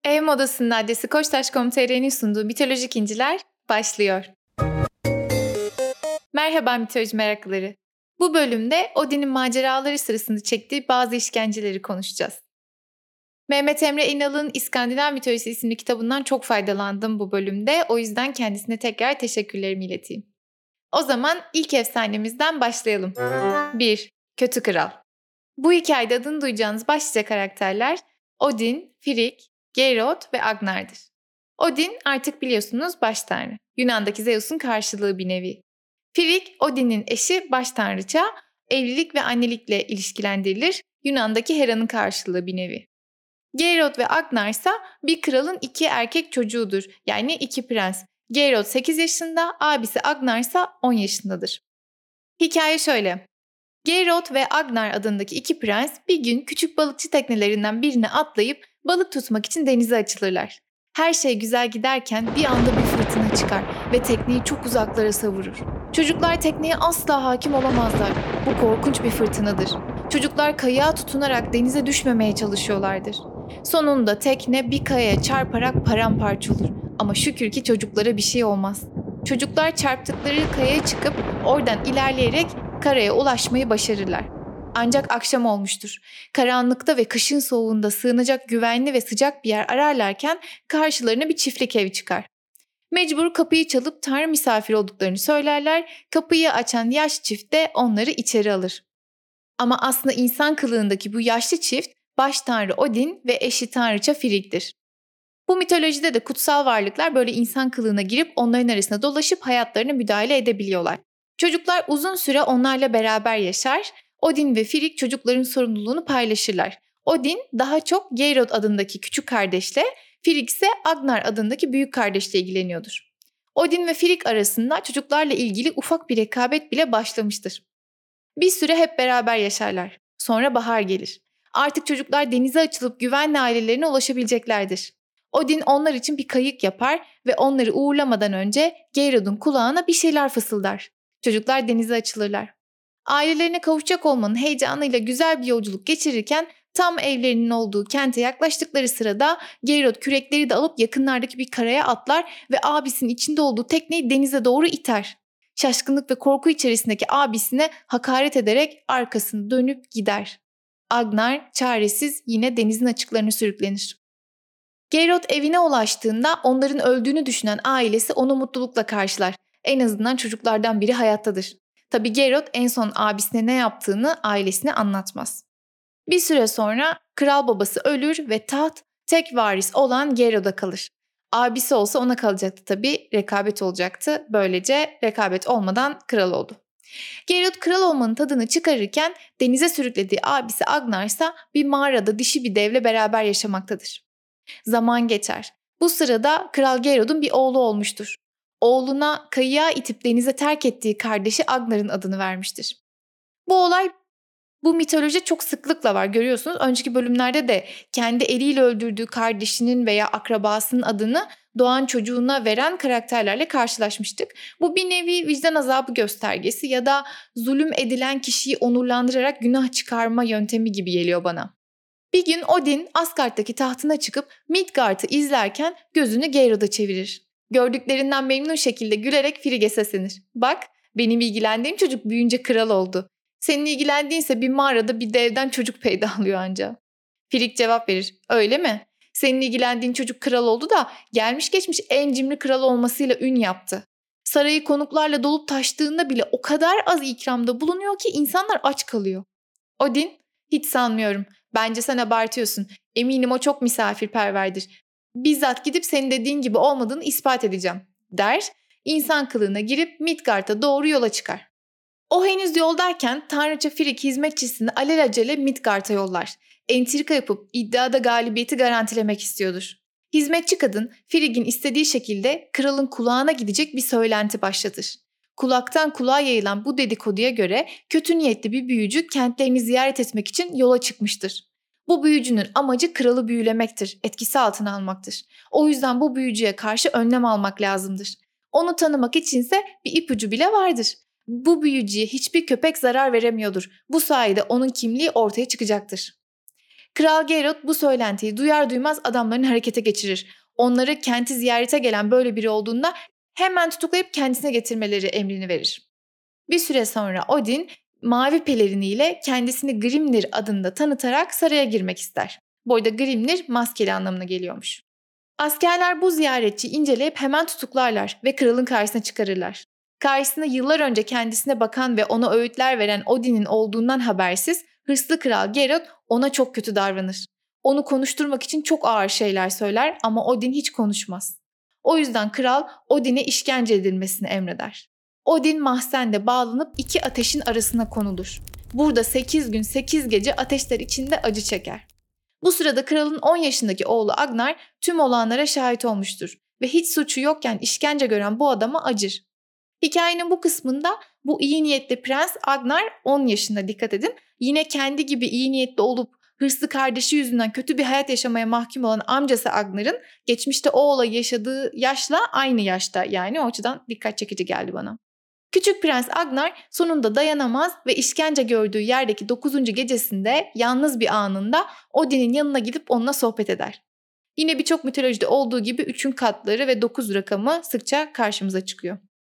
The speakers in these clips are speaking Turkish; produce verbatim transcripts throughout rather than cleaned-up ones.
Ev Modası'nın adresi koçtaş nokta com nokta tr'nin sunduğu Mitolojik İnciler başlıyor. Merhaba mitoloji meraklıları. Bu bölümde Odin'in maceraları sırasında çektiği bazı işkenceleri konuşacağız. Mehmet Emre İnal'ın İskandinav Mitolojisi isimli kitabından çok faydalandım bu bölümde. O yüzden kendisine tekrar teşekkürlerimi ileteyim. O zaman ilk efsanemizden başlayalım. bir. Kötü Kral. Bu hikayede adını duyacağınız başlıca karakterler Odin, Frigg, Geirrod ve Agnar'dır. Odin artık biliyorsunuz baş tanrı. Yunan'daki Zeus'un karşılığı bir nevi. Frigg, Odin'in eşi baş tanrıça, evlilik ve annelikle ilişkilendirilir. Yunan'daki Hera'nın karşılığı bir nevi. Geirrod ve Agnar ise bir kralın iki erkek çocuğudur. Yani iki prens. Geirrod sekiz yaşında, abisi Agnar ise on yaşındadır. Hikaye şöyle. Geirrod ve Agnar adındaki iki prens bir gün küçük balıkçı teknelerinden birine atlayıp balık tutmak için denize açılırlar. Her şey güzel giderken bir anda bir fırtına çıkar ve tekneyi çok uzaklara savurur. Çocuklar tekneye asla hakim olamazlar. Bu korkunç bir fırtınadır. Çocuklar kayığa tutunarak denize düşmemeye çalışıyorlardır. Sonunda tekne bir kayaya çarparak paramparça olur. Ama şükür ki çocuklara bir şey olmaz. Çocuklar çarptıkları kayaya çıkıp oradan ilerleyerek karaya ulaşmayı başarırlar. Ancak akşam olmuştur. Karanlıkta ve kışın soğuğunda sığınacak güvenli ve sıcak bir yer ararlarken karşılarına bir çiftlik evi çıkar. Mecbur kapıyı çalıp tanrı misafir olduklarını söylerler. Kapıyı açan yaşlı çift de onları içeri alır. Ama aslında insan kılığındaki bu yaşlı çift baş tanrı Odin ve eşi tanrıça Frigg'dir. Bu mitolojide de kutsal varlıklar böyle insan kılığına girip onların arasında dolaşıp hayatlarına müdahale edebiliyorlar. Çocuklar uzun süre onlarla beraber yaşar. Odin ve Frigg çocukların sorumluluğunu paylaşırlar. Odin daha çok Geirrod adındaki küçük kardeşle, Frigg ise Agnar adındaki büyük kardeşle ilgileniyordur. Odin ve Frigg arasında çocuklarla ilgili ufak bir rekabet bile başlamıştır. Bir süre hep beraber yaşarlar. Sonra bahar gelir. Artık çocuklar denize açılıp güvenli ailelerine ulaşabileceklerdir. Odin onlar için bir kayık yapar ve onları uğurlamadan önce Geirrod'un kulağına bir şeyler fısıldar. Çocuklar denize açılırlar. Ailelerine kavuşacak olmanın heyecanıyla güzel bir yolculuk geçirirken tam evlerinin olduğu kente yaklaştıkları sırada Geirrod kürekleri de alıp yakınlardaki bir karaya atlar ve abisinin içinde olduğu tekneyi denize doğru iter. Şaşkınlık ve korku içerisindeki abisine hakaret ederek arkasını dönüp gider. Agnar çaresiz yine denizin açıklarına sürüklenir. Geirrod evine ulaştığında onların öldüğünü düşünen ailesi onu mutlulukla karşılar. En azından çocuklardan biri hayattadır. Tabii Geirrod en son abisine ne yaptığını ailesine anlatmaz. Bir süre sonra kral babası ölür ve taht tek varis olan Geirrod'a kalır. Abisi olsa ona kalacaktı tabii, rekabet olacaktı. Böylece rekabet olmadan kral oldu. Geirrod kral olmanın tadını çıkarırken denize sürüklediği abisi Agnar ise bir mağarada dişi bir devle beraber yaşamaktadır. Zaman geçer. Bu sırada Kral Geirrod'un bir oğlu olmuştur. Oğluna kayığa itip denize terk ettiği kardeşi Agnar'ın adını vermiştir. Bu olay bu mitolojide çok sıklıkla var, görüyorsunuz. Önceki bölümlerde de kendi eliyle öldürdüğü kardeşinin veya akrabasının adını doğan çocuğuna veren karakterlerle karşılaşmıştık. Bu bir nevi vicdan azabı göstergesi ya da zulüm edilen kişiyi onurlandırarak günah çıkarma yöntemi gibi geliyor bana. Bir gün Odin Asgard'daki tahtına çıkıp Midgard'ı izlerken gözünü Geirrod'a çevirir. Gördüklerinden memnun şekilde gülerek Frigg'e seslenir. Bak, benim ilgilendiğim çocuk büyüyünce kral oldu. Senin ilgilendiğinse bir mağarada bir devden çocuk peydalıyor anca. Frigg cevap verir. Öyle mi? Senin ilgilendiğin çocuk kral oldu da gelmiş geçmiş en cimri kral olmasıyla ün yaptı. Sarayı konuklarla dolup taştığında bile o kadar az ikramda bulunuyor ki insanlar aç kalıyor. Odin, hiç sanmıyorum. Bence sen abartıyorsun. Eminim o çok misafirperverdir. Bizzat gidip senin dediğin gibi olmadığını ispat edeceğim, der. İnsan kılığına girip Midgard'a doğru yola çıkar. O henüz yoldayken tanrıça Frigg hizmetçisini alelacele Midgard'a yollar. Entrika yapıp iddiada galibiyeti garantilemek istiyordur. Hizmetçi kadın Frigg'in istediği şekilde kralın kulağına gidecek bir söylenti başlatır. Kulaktan kulağa yayılan bu dedikoduya göre kötü niyetli bir büyücü kentlerini ziyaret etmek için yola çıkmıştır. Bu büyücünün amacı kralı büyülemektir, etkisi altına almaktır. O yüzden bu büyücüye karşı önlem almak lazımdır. Onu tanımak içinse bir ipucu bile vardır. Bu büyücüye hiçbir köpek zarar veremiyordur. Bu sayede onun kimliği ortaya çıkacaktır. Kral Geralt bu söylentiyi duyar duymaz adamlarını harekete geçirir. Onları kenti ziyarete gelen böyle biri olduğunda hemen tutuklayıp kendisine getirmeleri emrini verir. Bir süre sonra Odin mavi peleriniyle kendisini Grimnir adında tanıtarak saraya girmek ister. Bu arada Grimnir maskeli anlamına geliyormuş. Askerler bu ziyaretçiyi inceleyip hemen tutuklarlar ve kralın karşısına çıkarırlar. Karşısına yıllar önce kendisine bakan ve ona öğütler veren Odin'in olduğundan habersiz hırslı kral Geralt ona çok kötü davranır. Onu konuşturmak için çok ağır şeyler söyler ama Odin hiç konuşmaz. O yüzden kral Odin'e işkence edilmesini emreder. Odin mahzende bağlanıp iki ateşin arasına konulur. Burada sekiz gün sekiz gece ateşler içinde acı çeker. Bu sırada kralın on yaşındaki oğlu Agnar tüm olanlara şahit olmuştur ve hiç suçu yokken işkence gören bu adama acır. Hikayenin bu kısmında bu iyi niyetli prens Agnar on yaşında, dikkat edin, yine kendi gibi iyi niyetli olup hırslı kardeşi yüzünden kötü bir hayat yaşamaya mahkum olan amcası Agnar'ın geçmişte o olayı yaşadığı yaşla aynı yaşta, yani o açıdan dikkat çekici geldi bana. Küçük Prens Agnar sonunda dayanamaz ve işkence gördüğü yerdeki dokuzuncu gecesinde yalnız bir anında Odin'in yanına gidip onunla sohbet eder. Yine birçok mitolojide olduğu gibi üçün katları ve dokuz rakamı sıkça karşımıza çıkıyor.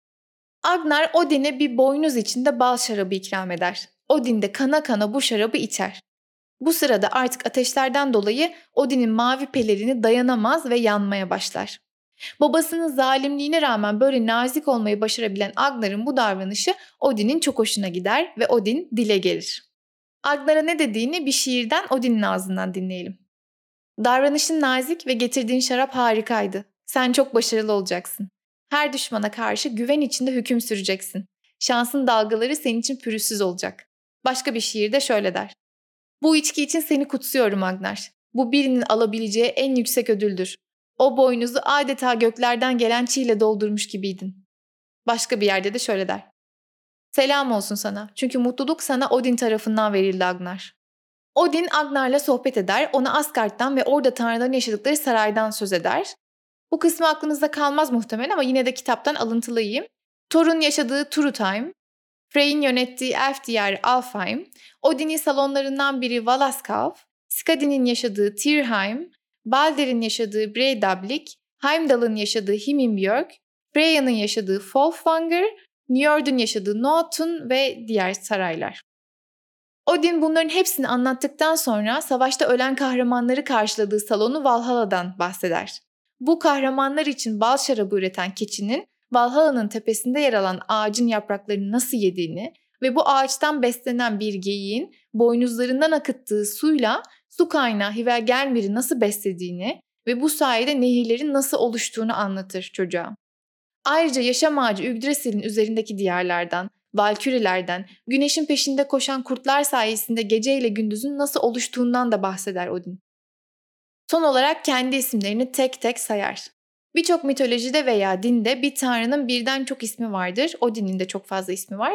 Agnar Odin'e bir boynuz içinde bal şarabı ikram eder. Odin de kana kana bu şarabı içer. Bu sırada artık ateşlerden dolayı Odin'in mavi pelerini dayanamaz ve yanmaya başlar. Babasının zalimliğine rağmen böyle nazik olmayı başarabilen Agnar'ın bu davranışı Odin'in çok hoşuna gider ve Odin dile gelir. Agnar'a ne dediğini bir şiirden Odin'in ağzından dinleyelim. Davranışın nazik ve getirdiğin şarap harikaydı. Sen çok başarılı olacaksın. Her düşmana karşı güven içinde hüküm süreceksin. Şansın dalgaları senin için pürüzsüz olacak. Başka bir şiirde şöyle der. Bu içki için seni kutsuyorum Agnar. Bu birinin alabileceği en yüksek ödüldür. O boynuzu adeta göklerden gelen çiğle doldurmuş gibiydin. Başka bir yerde de şöyle der. Selam olsun sana, çünkü mutluluk sana Odin tarafından verildi Agnar. Odin Agnar'la sohbet eder, ona Asgard'dan ve orada tanrıların yaşadıkları saraydan söz eder. Bu kısmı aklınızda kalmaz muhtemelen ama yine de kitaptan alıntılayayım. Thor'un yaşadığı Trutheim, Frey'in yönettiği elf diyarı Alfheim, Odin'in salonlarından biri Valaskav, Skadi'nin yaşadığı Tyrheim, Balder'in yaşadığı Breidablik, Heimdall'ın yaşadığı Himinbjörg, Freya'nın yaşadığı Folkvanger, Njord'un yaşadığı Notun ve diğer saraylar. Odin bunların hepsini anlattıktan sonra savaşta ölen kahramanları karşıladığı salonu Valhalla'dan bahseder. Bu kahramanlar için bal şarabı üreten keçinin Valhalla'nın tepesinde yer alan ağacın yapraklarını nasıl yediğini ve bu ağaçtan beslenen bir geyiğin boynuzlarından akıttığı suyla su kaynağı Hvergelmir'i nasıl beslediğini ve bu sayede nehirlerin nasıl oluştuğunu anlatır çocuğa. Ayrıca yaşam ağacı Yggdrasil'in üzerindeki diyarlardan, valkürilerden, güneşin peşinde koşan kurtlar sayesinde gece ile gündüzün nasıl oluştuğundan da bahseder Odin. Son olarak kendi isimlerini tek tek sayar. Birçok mitolojide veya dinde bir tanrının birden çok ismi vardır. Odin'in de çok fazla ismi var.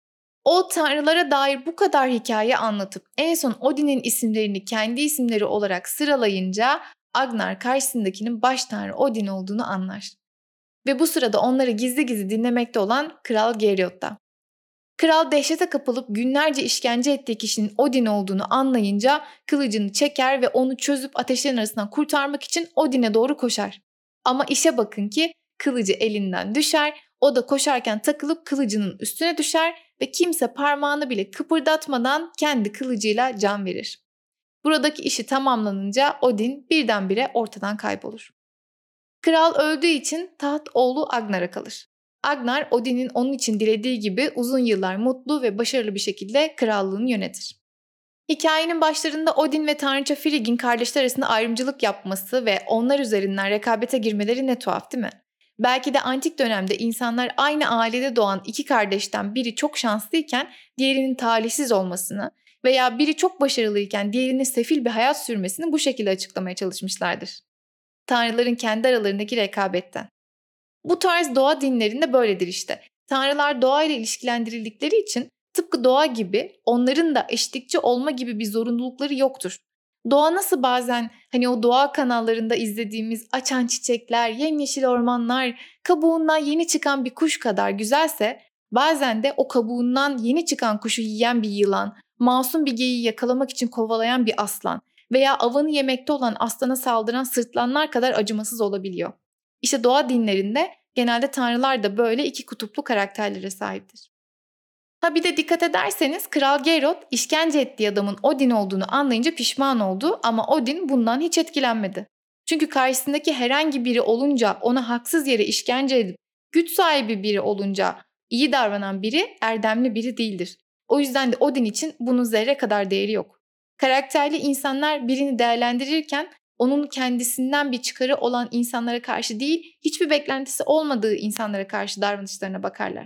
O tanrılara dair bu kadar hikaye anlatıp en son Odin'in isimlerini kendi isimleri olarak sıralayınca Agnar karşısındakinin baş tanrı Odin olduğunu anlar. Ve bu sırada onları gizli gizli dinlemekte olan Kral Geralt da. Kral dehşete kapılıp günlerce işkence ettiği kişinin Odin olduğunu anlayınca kılıcını çeker ve onu çözüp ateşlerin arasından kurtarmak için Odin'e doğru koşar. Ama işe bakın ki kılıcı elinden düşer, o da koşarken takılıp kılıcının üstüne düşer ve kimse parmağını bile kıpırdatmadan kendi kılıcıyla can verir. Buradaki işi tamamlanınca Odin birdenbire ortadan kaybolur. Kral öldüğü için taht oğlu Agnar'a kalır. Agnar, Odin'in onun için dilediği gibi uzun yıllar mutlu ve başarılı bir şekilde krallığını yönetir. Hikayenin başlarında Odin ve tanrıça Frigg'in kardeşler arasında ayrımcılık yapması ve onlar üzerinden rekabete girmeleri ne tuhaf değil mi? Belki de antik dönemde insanlar aynı ailede doğan iki kardeşten biri çok şanslıyken diğerinin talihsiz olmasını veya biri çok başarılıyken diğerinin sefil bir hayat sürmesini bu şekilde açıklamaya çalışmışlardır. Tanrıların kendi aralarındaki rekabetten. Bu tarz doğa dinlerinde böyledir işte. Tanrılar doğayla ilişkilendirildikleri için tıpkı doğa gibi onların da eşitlikçi olma gibi bir zorunlulukları yoktur. Doğa nasıl bazen hani o doğa kanallarında izlediğimiz açan çiçekler, yemyeşil ormanlar, kabuğundan yeni çıkan bir kuş kadar güzelse, bazen de o kabuğundan yeni çıkan kuşu yiyen bir yılan, masum bir geyiği yakalamak için kovalayan bir aslan veya avını yemekte olan aslana saldıran sırtlanlar kadar acımasız olabiliyor. İşte doğa dinlerinde genelde tanrılar da böyle iki kutuplu karakterlere sahiptir. Ha bir de dikkat ederseniz Kral Geralt işkence ettiği adamın Odin olduğunu anlayınca pişman oldu ama Odin bundan hiç etkilenmedi. Çünkü karşısındaki herhangi biri olunca ona haksız yere işkence edip güç sahibi biri olunca iyi davranan biri erdemli biri değildir. O yüzden de Odin için bunun zerre kadar değeri yok. Karakterli insanlar birini değerlendirirken onun kendisinden bir çıkarı olan insanlara karşı değil, hiçbir beklentisi olmadığı insanlara karşı davranışlarına bakarlar.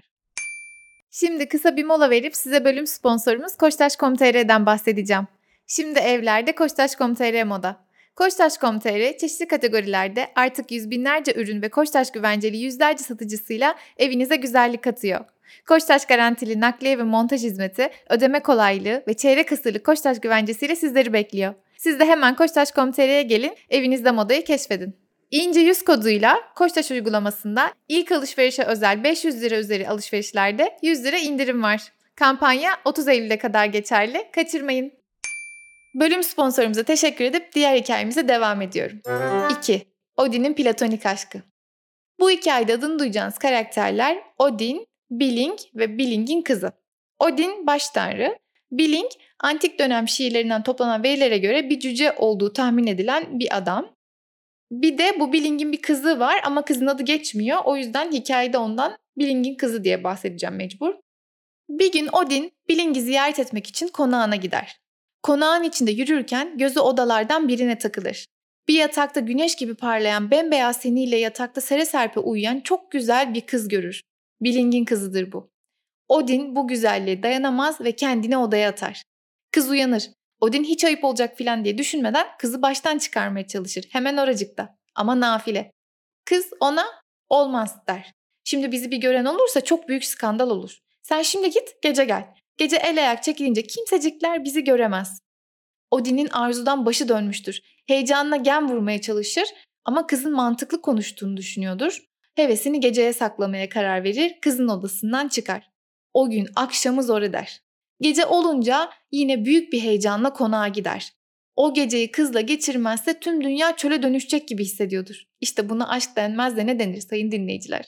Şimdi kısa bir mola verip size bölüm sponsorumuz koçtaş nokta com nokta tr'den bahsedeceğim. Şimdi evlerde koçtaş nokta com nokta tr moda. koçtaş nokta com nokta tr çeşitli kategorilerde artık yüz binlerce ürün ve Koçtaş güvenceli yüzlerce satıcısıyla evinize güzellik katıyor. Koçtaş garantili nakliye ve montaj hizmeti, ödeme kolaylığı ve çeyrek asırlık Koçtaş güvencesiyle sizleri bekliyor. Siz de hemen koçtaş nokta com nokta tr'ye gelin, evinizde modayı keşfedin. İnce yüz koduyla Koçtaş uygulamasında ilk alışverişe özel beş yüz lira üzeri alışverişlerde yüz lira indirim var. Kampanya otuz Eylül'e kadar geçerli. Kaçırmayın. Bölüm sponsorumuza teşekkür edip diğer hikayemize devam ediyorum. iki. Odin'in platonik aşkı. Bu hikayede adını duyacağınız karakterler Odin, Billing ve Billing'in kızı. Odin baş tanrı, Billing antik dönem şiirlerinden toplanan verilere göre bir cüce olduğu tahmin edilen bir adam. Bir de bu Billing'in bir kızı var ama kızın adı geçmiyor. O yüzden hikayede ondan Billing'in kızı diye bahsedeceğim mecbur. Bir gün Odin Billing'i ziyaret etmek için konağına gider. Konağın içinde yürürken gözü odalardan birine takılır. Bir yatakta güneş gibi parlayan bembeyaz teniyle yatakta sere serpe uyuyan çok güzel bir kız görür. Billing'in kızıdır bu. Odin bu güzelliğe dayanamaz ve kendini odaya atar. Kız uyanır. Odin hiç ayıp olacak filan diye düşünmeden kızı baştan çıkarmaya çalışır. Hemen oracıkta. Ama nafile. Kız ona olmaz der. Şimdi bizi bir gören olursa çok büyük skandal olur. Sen şimdi git, gece gel. Gece el ayak çekilince kimsecikler bizi göremez. Odin'in arzudan başı dönmüştür. Heyecanla gem vurmaya çalışır ama kızın mantıklı konuştuğunu düşünüyordur. Hevesini geceye saklamaya karar verir, kızın odasından çıkar. O gün akşamı zor eder. Gece olunca yine büyük bir heyecanla konağa gider. O geceyi kızla geçirmezse tüm dünya çöle dönüşecek gibi hissediyordur. İşte buna aşk denmez de ne denir sayın dinleyiciler?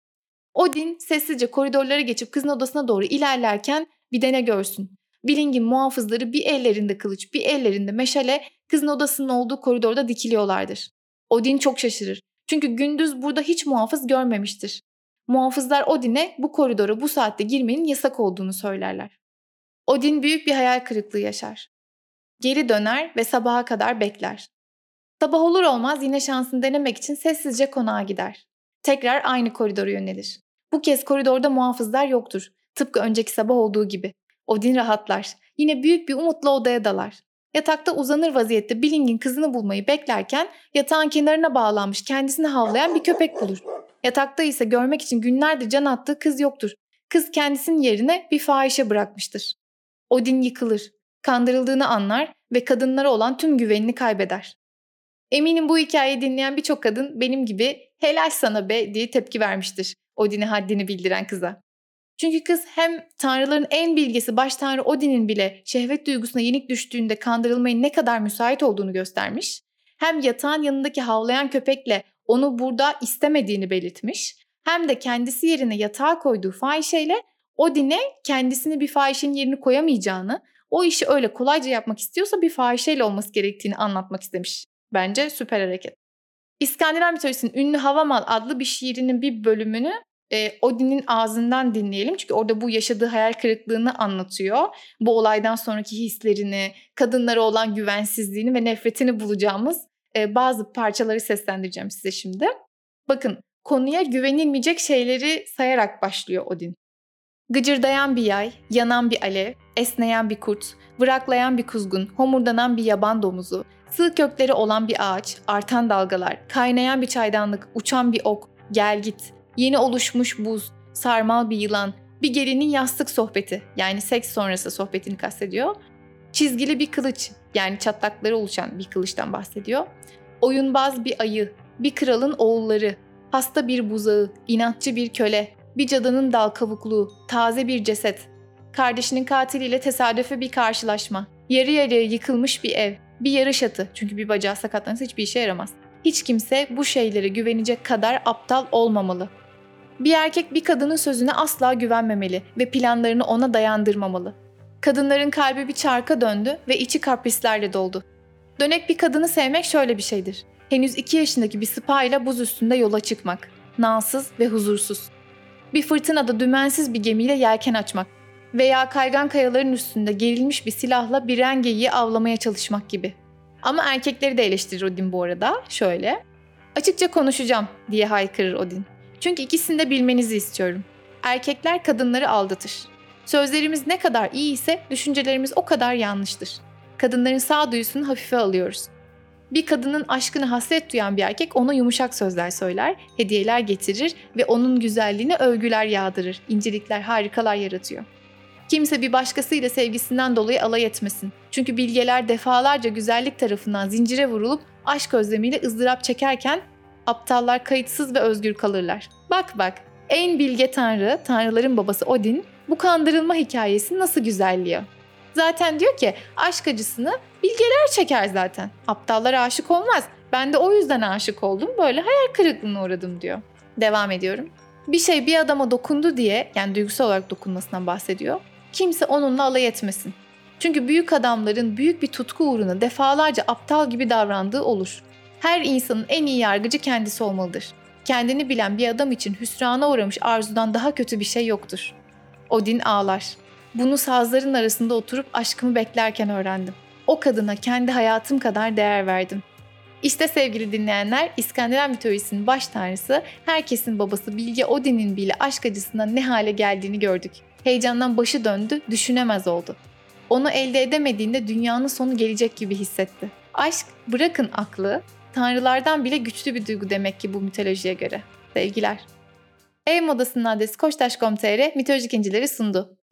Odin sessizce koridorlara geçip kızın odasına doğru ilerlerken bir de ne görsün? Billing'in muhafızları bir ellerinde kılıç, bir ellerinde meşale kızın odasının olduğu koridorda dikiliyorlardır. Odin çok şaşırır. Çünkü gündüz burada hiç muhafız görmemiştir. Muhafızlar Odin'e bu koridora bu saatte girmenin yasak olduğunu söylerler. Odin büyük bir hayal kırıklığı yaşar. Geri döner ve sabaha kadar bekler. Sabah olur olmaz yine şansını denemek için sessizce konağa gider. Tekrar aynı koridoru yönelir. Bu kez koridorda muhafızlar yoktur. Tıpkı önceki sabah olduğu gibi. Odin rahatlar. Yine büyük bir umutla odaya dalar. Yatakta uzanır vaziyette Billing'in kızını bulmayı beklerken yatağın kenarına bağlanmış kendisini havlayan bir köpek bulur. Yatakta ise görmek için günlerdir can attığı kız yoktur. Kız kendisinin yerine bir fahişe bırakmıştır. Odin yıkılır. Kandırıldığını anlar ve kadınlara olan tüm güvenini kaybeder. Eminim bu hikayeyi dinleyen birçok kadın benim gibi helal sana be diye tepki vermiştir Odin'e haddini bildiren kıza. Çünkü kız hem tanrıların en bilgesi baş tanrı Odin'in bile şehvet duygusuna yenik düştüğünde kandırılmaya ne kadar müsait olduğunu göstermiş, hem yatağın yanındaki havlayan köpekle onu burada istemediğini belirtmiş, hem de kendisi yerine yatağa koyduğu fahişeyle Odin'e kendisini bir fahişenin yerine koyamayacağını, o işi öyle kolayca yapmak istiyorsa bir fahişeyle olması gerektiğini anlatmak istemiş. Bence süper hareket. İskandinav mitolojisinin ünlü Havamal adlı bir şiirinin bir bölümünü e, Odin'in ağzından dinleyelim. Çünkü orada bu yaşadığı hayal kırıklığını anlatıyor. Bu olaydan sonraki hislerini, kadınlara olan güvensizliğini ve nefretini bulacağımız e, bazı parçaları seslendireceğim size şimdi. Bakın, konuya güvenilmeyecek şeyleri sayarak başlıyor Odin. Gıcırdayan bir yay, yanan bir alev, esneyen bir kurt, vıraklayan bir kuzgun, homurdanan bir yaban domuzu, sığ kökleri olan bir ağaç, artan dalgalar, kaynayan bir çaydanlık, uçan bir ok, gel git, yeni oluşmuş buz, sarmal bir yılan, bir gelinin yastık sohbeti yani seks sonrası sohbetini kastediyor, çizgili bir kılıç yani çatlakları oluşan bir kılıçtan bahsediyor, oyunbaz bir ayı, bir kralın oğulları, hasta bir buzağı, inatçı bir köle, bir cadının dal kavukluğu, taze bir ceset, kardeşinin katiliyle tesadüfe bir karşılaşma, yarı yarıya yıkılmış bir ev, Bir yarış atı, çünkü bir bacağı sakatlanırsa hiçbir işe yaramaz. Hiç kimse bu şeylere güvenecek kadar aptal olmamalı. Bir erkek bir kadının sözüne asla güvenmemeli ve planlarını ona dayandırmamalı. Kadınların kalbi bir çarka döndü ve içi kaprislerle doldu. Dönek bir kadını sevmek şöyle bir şeydir. Henüz iki yaşındaki bir sıpa ile buz üstünde yola çıkmak. Nansız ve huzursuz. Bir fırtınada dümensiz bir gemiyle yelken açmak. Veya kaygan kayaların üstünde gerilmiş bir silahla bir rengeyi avlamaya çalışmak gibi. Ama erkekleri de eleştirir Odin bu arada. Şöyle. Açıkça konuşacağım diye haykırır Odin. Çünkü ikisini de bilmenizi istiyorum. Erkekler kadınları aldatır. Sözlerimiz ne kadar iyi ise düşüncelerimiz o kadar yanlıştır. Kadınların sağduyusunu hafife alıyoruz. Bir kadının aşkını hasret duyan bir erkek ona yumuşak sözler söyler, hediyeler getirir ve onun güzelliğine övgüler yağdırır, incelikler, harikalar yaratıyor. Kimse bir başkasıyla sevgisinden dolayı alay etmesin. Çünkü bilgeler defalarca güzellik tarafından zincire vurulup aşk özlemiyle ızdırap çekerken aptallar kayıtsız ve özgür kalırlar. Bak bak, en bilge tanrı, tanrıların babası Odin bu kandırılma hikayesini nasıl güzelliyor. Zaten diyor ki aşk acısını bilgeler çeker zaten. Aptallar aşık olmaz. Ben de o yüzden aşık oldum. Böyle hayal kırıklığına uğradım diyor. Devam ediyorum. Bir şey bir adama dokundu diye, yani duygusal olarak dokunmasından bahsediyor. Kimse onunla alay etmesin. Çünkü büyük adamların büyük bir tutku uğruna defalarca aptal gibi davrandığı olur. Her insanın en iyi yargıcı kendisi olmalıdır. Kendini bilen bir adam için hüsrana uğramış arzudan daha kötü bir şey yoktur. Odin ağlar. Bunu sazların arasında oturup aşkımı beklerken öğrendim. O kadına kendi hayatım kadar değer verdim. İşte sevgili dinleyenler, İskandinav mitolojisinin baş tanrısı, herkesin babası Bilge Odin'in bile aşk acısından ne hale geldiğini gördük. Heyecandan başı döndü, düşünemez oldu. Onu elde edemediğinde dünyanın sonu gelecek gibi hissetti. Aşk, bırakın aklı, tanrılardan bile güçlü bir duygu demek ki bu mitolojiye göre. Sevgiler. Ev Modası'nın adresi koçtaş nokta com nokta tr mitolojik incileri sundu.